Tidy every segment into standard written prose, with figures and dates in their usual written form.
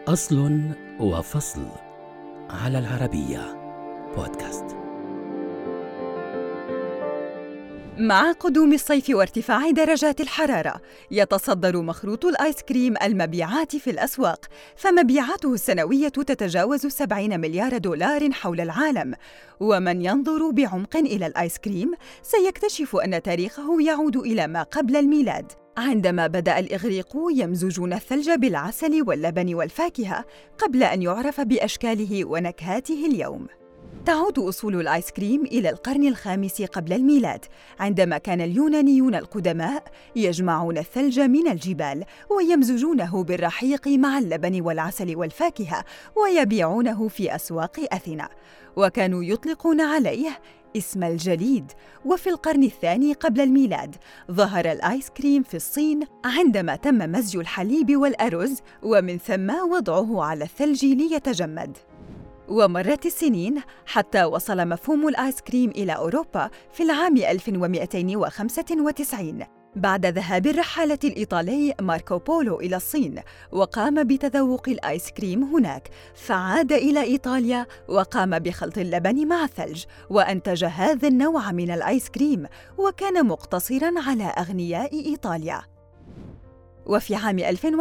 أصل وفصل على العربية بودكاست. مع قدوم الصيف وارتفاع درجات الحرارة، يتصدر مخروط الآيس كريم المبيعات في الأسواق، فمبيعاته السنوية تتجاوز 70 مليار دولار حول العالم. ومن ينظر بعمق إلى الآيس كريم سيكتشف أن تاريخه يعود إلى ما قبل الميلاد، عندما بدأ الإغريق يمزجون الثلج بالعسل واللبن والفاكهة قبل أن يعرف بأشكاله ونكهاته اليوم. تعود أصول الآيس كريم إلى القرن الخامس قبل الميلاد، عندما كان اليونانيون القدماء يجمعون الثلج من الجبال ويمزجونه بالرحيق مع اللبن والعسل والفاكهة ويبيعونه في أسواق أثينا، وكانوا يطلقون عليه اسم الجليد. وفي القرن الثاني قبل الميلاد ظهر الآيس كريم في الصين، عندما تم مزج الحليب والأرز ومن ثم وضعه على الثلج ليتجمد. ومرت السنين حتى وصل مفهوم الآيس كريم إلى أوروبا في العام 1295 بعد ذهاب الرحالة الإيطالي ماركو بولو إلى الصين، وقام بتذوق الآيس كريم هناك، فعاد إلى إيطاليا وقام بخلط اللبن مع الثلج وأنتج هذا النوع من الآيس كريم، وكان مقتصراً على أغنياء إيطاليا. وفي عام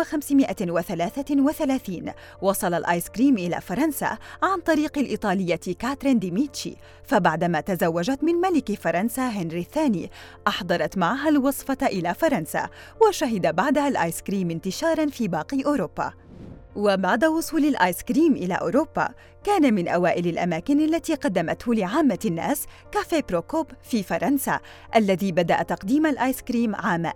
1533 وصل الآيس كريم إلى فرنسا عن طريق الإيطالية كاترين دي ميتشي، فبعدما تزوجت من ملك فرنسا هنري الثاني أحضرت معها الوصفة إلى فرنسا، وشهد بعدها الآيس كريم انتشاراً في باقي أوروبا. وبعد وصول الآيس كريم إلى أوروبا، كان من أوائل الأماكن التي قدمته لعامة الناس كافيه بروكوب في فرنسا، الذي بدأ تقديم الآيس كريم عام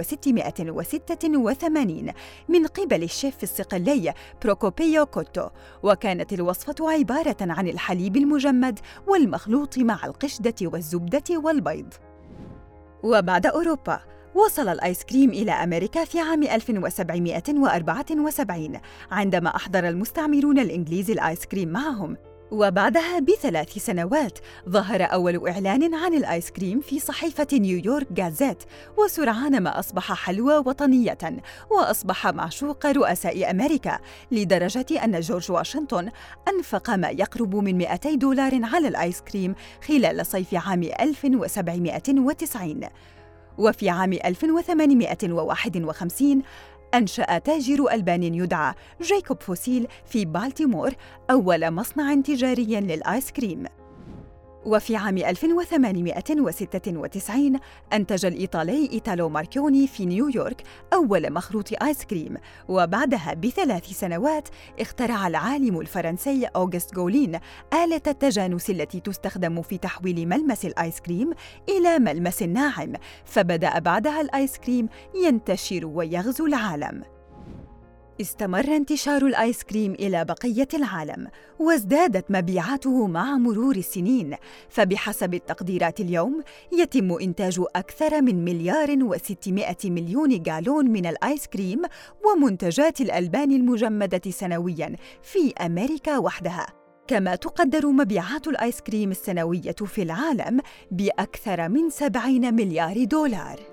1686 من قبل الشيف الصقلي بروكوبيو كوتو، وكانت الوصفة عبارة عن الحليب المجمد والمخلوط مع القشدة والزبدة والبيض. وبعد أوروبا وصل الآيس كريم إلى أمريكا في عام 1774 عندما أحضر المستعمرون الإنجليز الآيس كريم معهم، وبعدها ب3 سنوات ظهر أول إعلان عن الآيس كريم في صحيفة نيويورك جازيت، وسرعان ما أصبح حلوى وطنية وأصبح معشوق رؤساء أمريكا، لدرجة أن جورج واشنطن أنفق ما يقرب من $200 على الآيس كريم خلال صيف عام 1790. وفي عام 1851 أنشأ تاجر ألباني يدعى جايكوب فوسيل في بالتيمور أول مصنع تجاري للآيس كريم. وفي عام 1896 أنتج الإيطالي إيتالو ماركوني في نيويورك أول مخروط آيس كريم، وبعدها ب3 سنوات اخترع العالم الفرنسي أوغست غولين آلة التجانس التي تستخدم في تحويل ملمس الآيس كريم إلى ملمس ناعم، فبدأ بعدها الآيس كريم ينتشر ويغزو العالم. استمر انتشار الآيس كريم إلى بقية العالم، وازدادت مبيعاته مع مرور السنين، فبحسب التقديرات اليوم يتم إنتاج أكثر من 1,600,000,000 جالون من الآيس كريم ومنتجات الألبان المجمدة سنوياً في أمريكا وحدها. كما تقدر مبيعات الآيس كريم السنوية في العالم بأكثر من 70 مليار دولار.